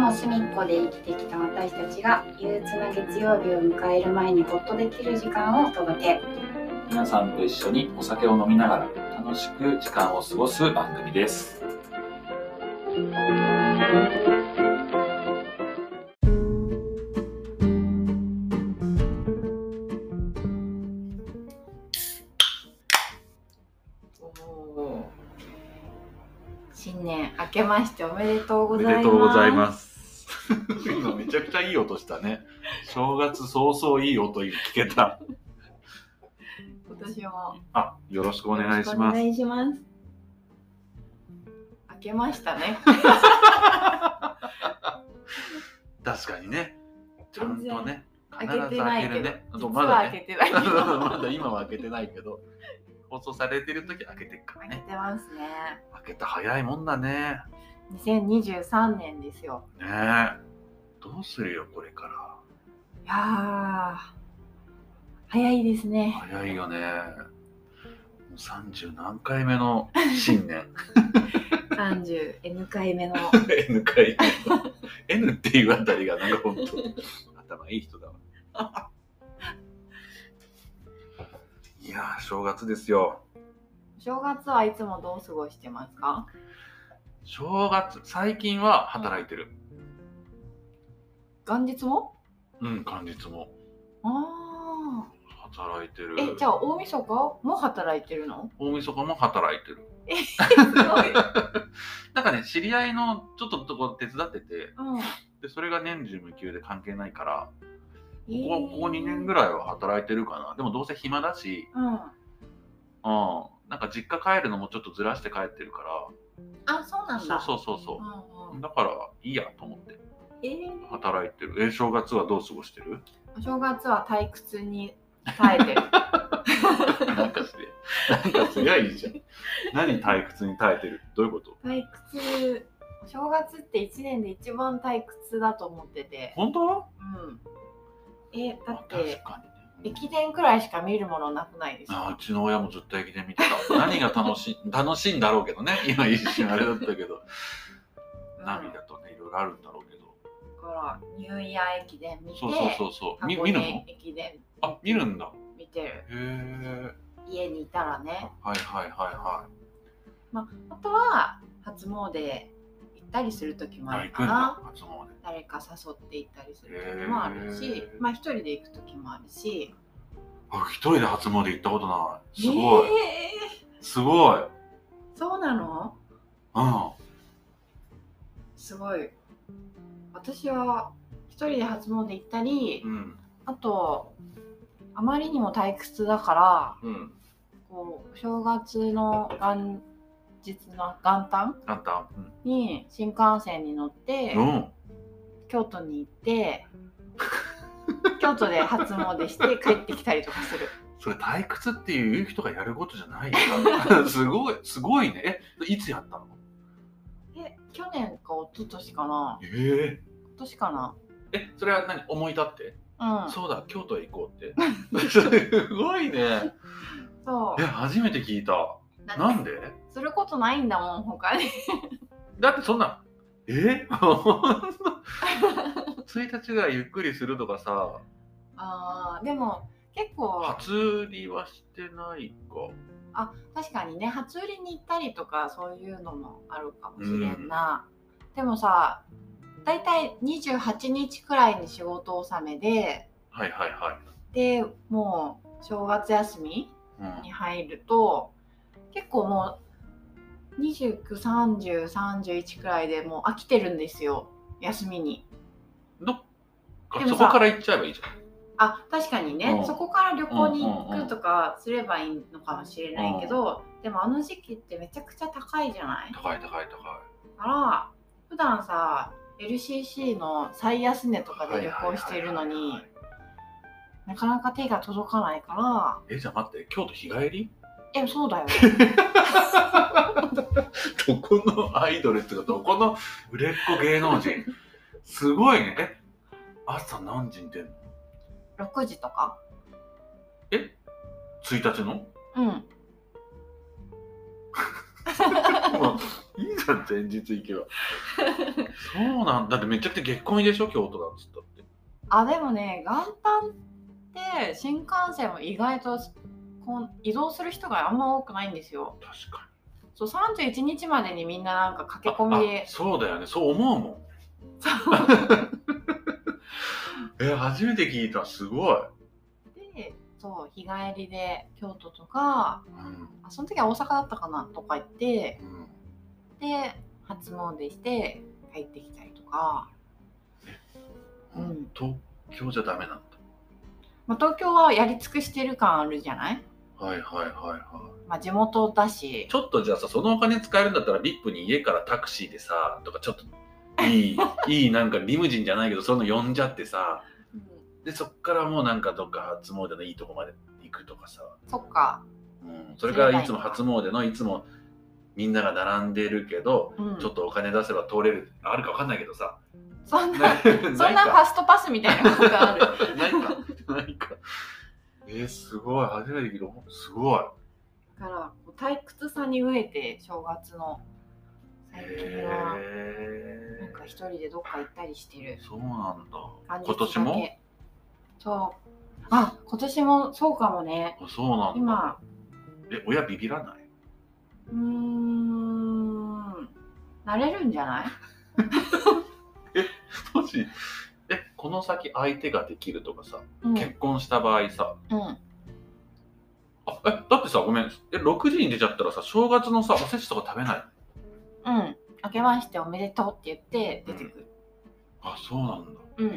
の隅っこで生きてきた私たちが憂鬱な月曜日を迎える前にほっとできる時間をお届け。 皆さんと一緒にお酒を飲みながら楽しく時間を過ごす番組です。 新年明けましておめでとうございます。 おめでとうございます。今めちゃくちゃいい音したね。正月早々いい音聞けた。 今年もよろしくお願いします。 お願いします。明けましたね。 確かにね。ちゃんとね。 開けてないけど、 ね、 まだ開けてないけどまだ今は開けてないけど、放送されてる時開けてるからね。 開けてますね。 開けた早いもんだね。 2023年ですよ。 ねえ。どうするよこれから。 いや早いですね。 早いよね。もう30何回目の新年。 30 N 回目の N 回目。N っていうあたりがなんか本当頭いい人だわ。いやー正月ですよ。 正月はいつもどう過ごしてますか？ 正月最近は働いてる。 元日も？ 元日も。働いてる。 じゃあ大晦日も働いてるの？ 大晦日も働いてる。 すごい。 なんかね知り合いのちょっととこ手伝ってて、でそれが年中無休で関係ないから、ここ2年ぐらいは働いてるかな。でもどうせ暇だし、なんか実家帰るのもちょっとずらして帰ってるから。 そうなんだ。 そう、だからいいやと思って働いてる。正月はどう過ごしてる？ お正月は退屈に耐えてる。 なんかすりゃいいじゃん。何退屈に耐えてる？どういうこと？ 退屈、お正月って1年で一番退屈だと思ってて。 本当？ だって確かにね。 駅伝くらいしか見るものなくないですか？ うちの親もずっと駅伝見てた。何が楽しいんだろうけどね。今一瞬あれだったけど、涙とねいろいろあるんだろうけど。 だからニューイヤー駅伝見て、 そう見るの？ 駅伝見るんだ。 見てる。 へえ。 家にいたらね。 はい。 あとは初詣行ったりする時もあるかな。 初詣。 誰か誘って行ったりする時もあるし、一人で行く時もあるし。 一人で初詣行ったことない。すごい。すごい。 そうなの？すごい。私は一人で初詣行ったり、あとあまりにも退屈だから、正月の元日の元旦に新幹線に乗って、京都に行って京都で初詣して帰ってきたりとかする。 それ退屈っていう人がやることじゃないよ。すごいね。いつやったの？ 去年か一昨年かな。今年かな。 それは何？思い立って？そうだ京都へ行こうって。すごいね。 そう。 初めて聞いた。なんで？ することないんだもん他に。 だってそんな1日がゆっくりするとかさ。 でも結構初売りはしてないか。 確かにね、初売りに行ったりとかそういうのもあるかもしれんな。でもさ、だいたい28日くらいに仕事納めで、でもう正月休みに入ると、結構もう29、30、31くらいでもう飽きてるんですよ、休みに。 そこから行っちゃえばいいじゃん。 確かにね、そこから旅行に行くとかすればいいのかもしれないけど、でもあの時期ってめちゃくちゃ高いじゃない？ 高い。 だから普段さ LCC の最安値とかで旅行しているのになかなか手が届かないから。 じゃあ待って、京都日帰り？ そうだよ。 どこのアイドルっていうかどこの売れっ子芸能人？すごいね。朝何時に出るの ？6時とか。 1日の？もういい前日行けばそうなんだって。めちゃくちゃ月婚でしょ京都だっつったって。 でもね、元旦って新幹線も意外と移動する人があんま多くないんですよ。 確かに。 そう、31日までにみんななんか駆け込みで。 そうだよね、そう思うもん。初めて聞いた。すごい。 で、そう、日帰りで京都とか、その時は大阪だったかなとか行って、で初詣して帰ってきたりとか。 東京じゃダメなんだ。 東京はやり尽くしてる感あるじゃない？ はいはいはいはい。 地元だし。 ちょっとじゃあさ、そのお金使えるんだったらリップに家からタクシーでさとか、ちょっといいなんかリムジンじゃないけどそういうの呼んじゃってさ、でそっからもうなんかどっか初詣のいいとこまで行くとかさ。 そっか。 それからいつも初詣のいつもみんなが並んでるけど、ちょっとお金出せば通れる、あるか分かんないけどさ。 そんなファストパスみたいなことがある。 ないか。すごい。初めて聞いた。すごい。 だから退屈さに飢えて正月の最近はなんか一人でどっか行ったりしてる。 そうなんだ。 今年も？そう。今年もそうかもね。 そうなんだ。 今親ビビらない？ 慣れるんじゃない？ もしこの先相手ができるとかさ、結婚した場合さ、だってさ、ごめん、6時に出ちゃったらさ、正月のさおせちとか食べない？ 明けましておめでとうって言って出てくる。 そうなんだ。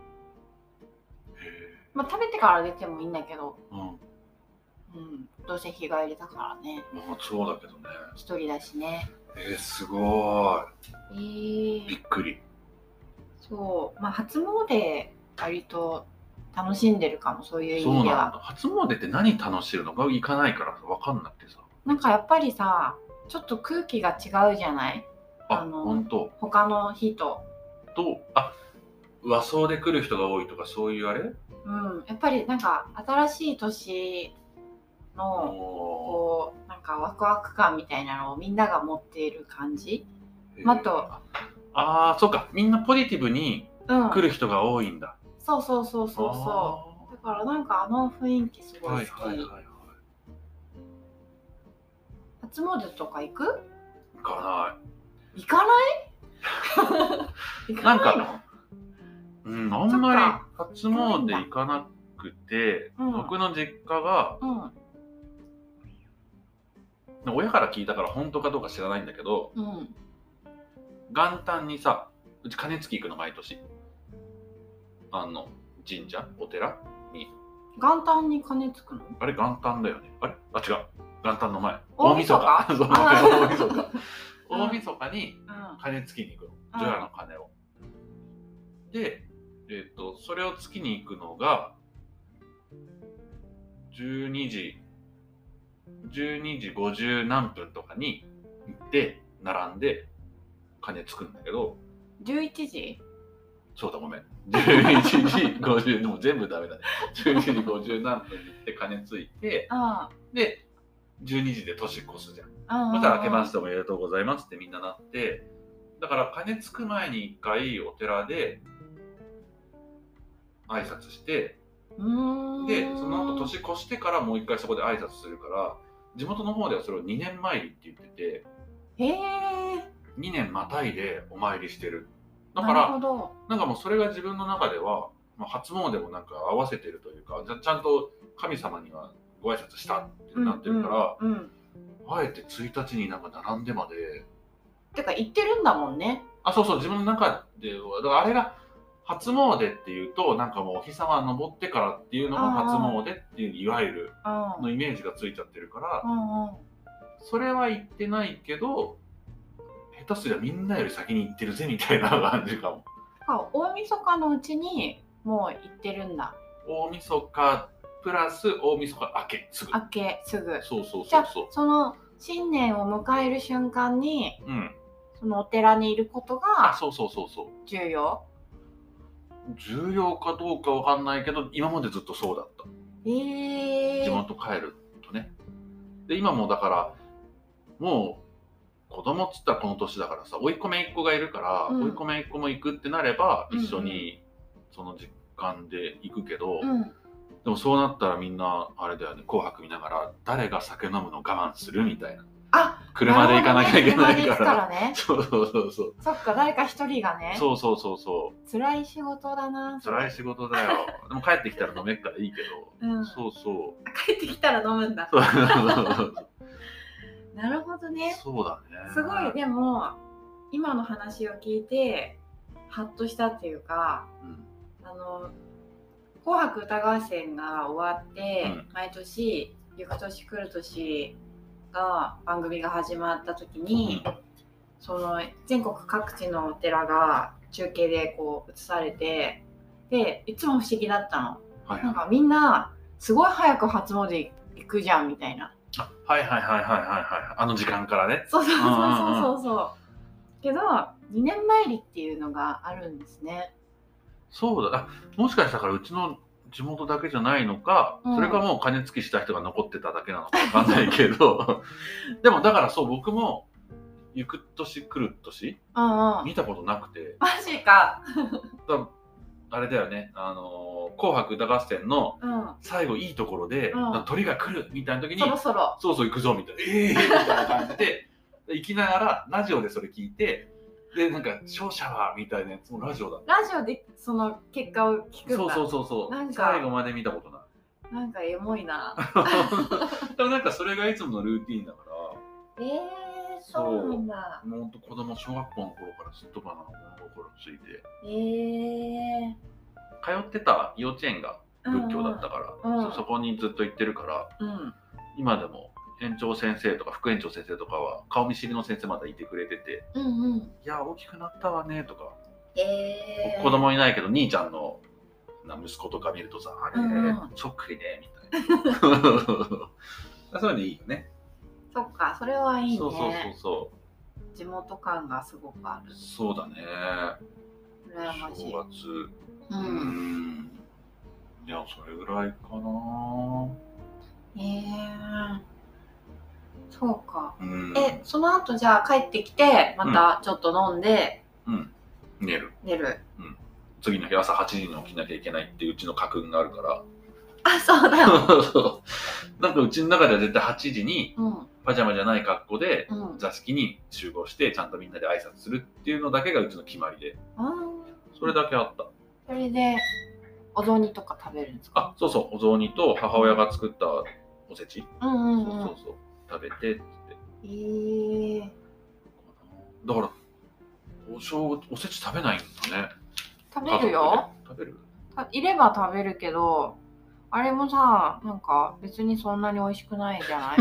食べてから出てもいいんだけど、どうせ日帰りだからね。 そうだけどね。 一人だしね。 すごい。びっくり。 そう、初詣割と楽しんでるかも、そういう意味では。 そうなんだ。初詣って何楽しるのか行かないから分かんなくてさ。 なんかやっぱりさ、ちょっと空気が違うじゃない？ 本当。 他の日と。 和装で来る人が多いとかそういうあれ？ やっぱりなんか新しい年のなんかワクワク感みたいなのをみんなが持っている感じ。 そうか、みんなポジティブに来る人が多いんだ。 そう。だからなんか雰囲気すごい好き。初詣とか行く？ 行かない。 行かない？ なんかあんまり初詣行かなくて、僕の実家が、親から聞いたから本当かどうか知らないんだけど、元旦にさ、うち鐘つき行くの毎年。神社お寺に。 元旦に鐘つくの？ あれ元旦だよね。違う、元旦の前。 大晦日。 大晦日に鐘つきに行くの、除夜の鐘を。で、それをつきに行くのが12時50何分とかに行って並んで鐘つくんだけど。 11時？ そうだ、ごめん。11時50、でも全部ダメだね。11時50何分に行って鐘ついて、で12時で年越すじゃん。そしたら明けましておめでとうございますってみんななって、だから鐘つく前に一回お寺で挨拶して、でその後年越してからもう一回そこで挨拶するから、地元の方ではそれを2年参りって言ってて、2年またいでお参りしてる。だからなんかもうそれが自分の中では、初詣もなんか合わせてるというか、ちゃんと神様にはご挨拶したってなってるから、あえて1日になんか並んでまで。 てか行ってるんだもんね。 そう、自分の中でだからあれが初詣っていうと、なんかもうお日様が昇ってからっていうのが初詣っていういわゆるのイメージがついちゃってるから、それは言ってないけど、下手すりゃみんなより先に行ってるぜみたいな感じかも。 大晦日のうちにもう行ってるんだ。 大晦日プラス大晦日明けすぐ。そう。 じゃあその新年を迎える瞬間に、そのお寺にいることが重要かどうかわかんないけど、今までずっとそうだった。地元帰るとね。で今もだからもう子供っつったらこの年だからさ、甥っ子姪っ子がいるから、甥っ子姪っ子も行くってなれば一緒にその時間で行くけど、でもそうなったらみんなあれだよね、紅白見ながら誰が酒飲むの我慢するみたいな。車で行かなきゃいけないから。 ね、 そう。 そっか、誰か一人がね。 そう。 辛い仕事だな。 辛い仕事だよ。でも帰ってきたら飲めっからいいけど。そう。 帰ってきたら飲むんだ。なるほどね。 そうだね。 すごい、でも今の話を聞いてハッとしたっていうか、紅白歌合戦が終わって、毎年行く年来る年が番組が始まった時に、その全国各地のお寺が中継でこう映されて、でいつも不思議だったの、なんかみんなすごい早く初詣行くじゃんみたいな。 はい、あの時間からね。 そう。けど2年参りっていうのがあるんですね。 そうだ。もしかしたらうちの地元だけじゃないのか、それかもう金付きした人が残ってただけなのかわかんないけどでもだからそう、僕も行く年来る年、見たことなくて。 マジかあれだよね、紅白歌合戦の最後いいところで、鳥が来るみたいな時に、そう行くぞみたいな、みたいな感じで行きながらラジオでそれ聞いて、でなんか勝者はみたいなやつもラジオだった。 ラジオでその結果を聞くんだ。 そうなんか最後まで見たことない。 なんかエモいなでもなんかそれがいつものルーティーンだから。 そうなんだ。 もうほんと子供小学校の頃からずっとかな、物心ついて。通ってた幼稚園が仏教だったから、そこにずっと行ってるから、今でも園長先生とか副園長先生とかは顔見知りの先生まだいてくれてて、いや大きくなったわねとか、子供いないけど兄ちゃんの息子とか見るとさ、あれそっくりねみたいなそういうのいいよね。 そっか、それはいいね。 そう地元感がすごくある。 そうだね。 羨ましい。 正月。いや、それぐらいかな。 そうか。その後じゃあ帰ってきてまたちょっと飲んで、 寝る。次の日朝8時に起きなきゃいけないってうちの家訓があるから。 そうだよなんかうちの中では絶対8時にパジャマじゃない格好で座敷に集合してちゃんとみんなで挨拶するっていうのだけがうちの決まりで、それだけあった。 それでお雑煮とか食べるんですか？ そう、お雑煮と母親が作ったおせち、食べてって。だからおせち食べないんだね。 食べるよ。 食べる？ いれば食べるけど、あれもさ、なんか別にそんなに美味しくないじゃない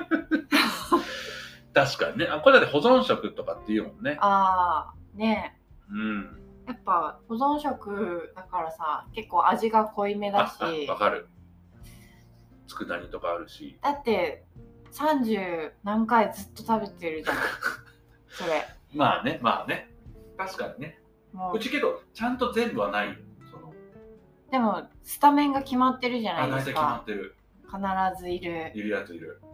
確かにね。これだって保存食とかっていうもんね。 ねえ。やっぱ保存食だからさ、結構味が濃いめだし。 わかる。佃煮とかあるし。 だって30何回ずっと食べてるじゃんそれ。 まあね。確かにね。うちけどちゃんと全部はないよ。 でもスタメンが決まってるじゃないですか。 決まってる。 必ずいる。 いるやついる。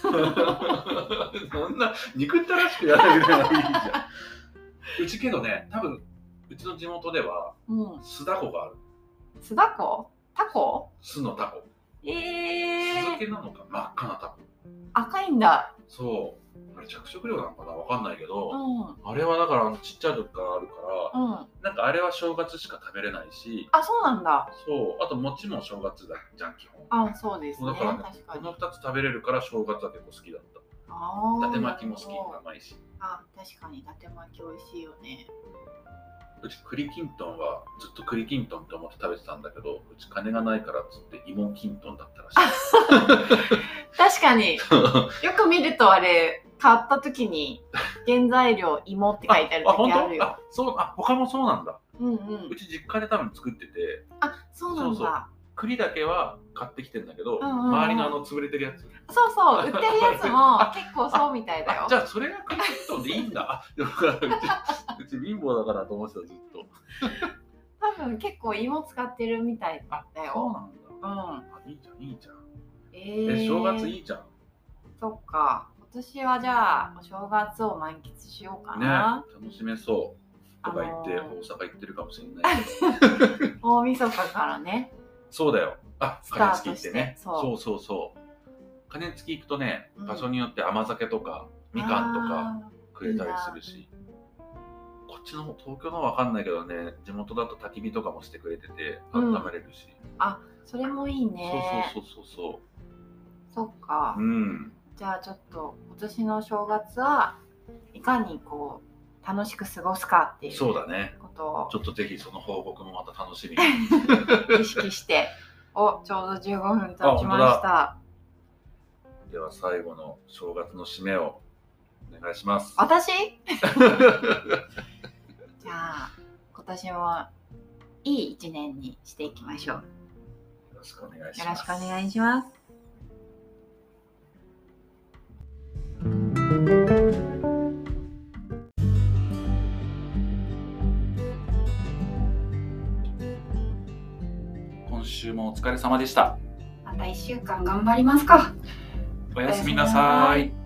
そんな憎ったらしくやられるのはいいじゃん。うちけどね、多分うちの地元では酢だこがある。 酢だこ？タコ？ 酢のタコ。酢漬けなのか真っ赤なタコ。 赤いんだ。 そう。あれ着色料なのかな、わかんないけど、あれはだからちっちゃい時からあるから、なんかあれは正月しか食べれないし。 そうなんだ。 そう。あと餅も正月だじゃん基本。 そうですね。 だからね、この2つ食べれるから正月は結構好きだった。伊達巻きも好き、甘いし。 確かに伊達巻き美味しいよね。 うち栗きんとんはずっと栗きんとんって思って食べてたんだけど、うち金がないからっつって芋きんとんだったらしい。 確かによく見るとあれ買った時に原材料芋って書いてある時あるよ。 他もそうなんだ。うち実家で多分作ってて。 そうなんだ。 栗だけは買ってきてんだけど、周りの潰れてるやつ。 そう売ってるやつも結構そうみたいだよ。 じゃあそれが栗きんとんでいいんだ。うち貧乏だからと思ってたずっと。 多分結構芋使ってるみたいだよ。 そうなんだ。いいじゃん。正月いいじゃん。 そっか。今年はじゃあお正月を満喫しようかな。 ね、楽しめそうとか言って大阪行ってるかもしれないけど大晦日からね。 そうだよ。あ、鐘つきってね。そうそうそう。鐘つき行くとね、場所によって甘酒とかみかんとかくれたりするし、こっちの東京のわかんないけどね、地元だと焚き火とかもしてくれてて温めれるし、 あ、それもいいね。 そう。 そっか。じゃあちょっと今年の正月はいかにこう楽しく過ごすかっていうことを、 そうだね。ちょっとぜひその報告もまた楽しみに意識してちょうど15分経ちました。 では最後の正月の締めをお願いします。 私じゃあ今年もいい一年にしていきましょう。よろしくお願いします。 よろしくお願いします。 今週もお疲れ様でした。 また1週間頑張りますか。 おやすみなさい。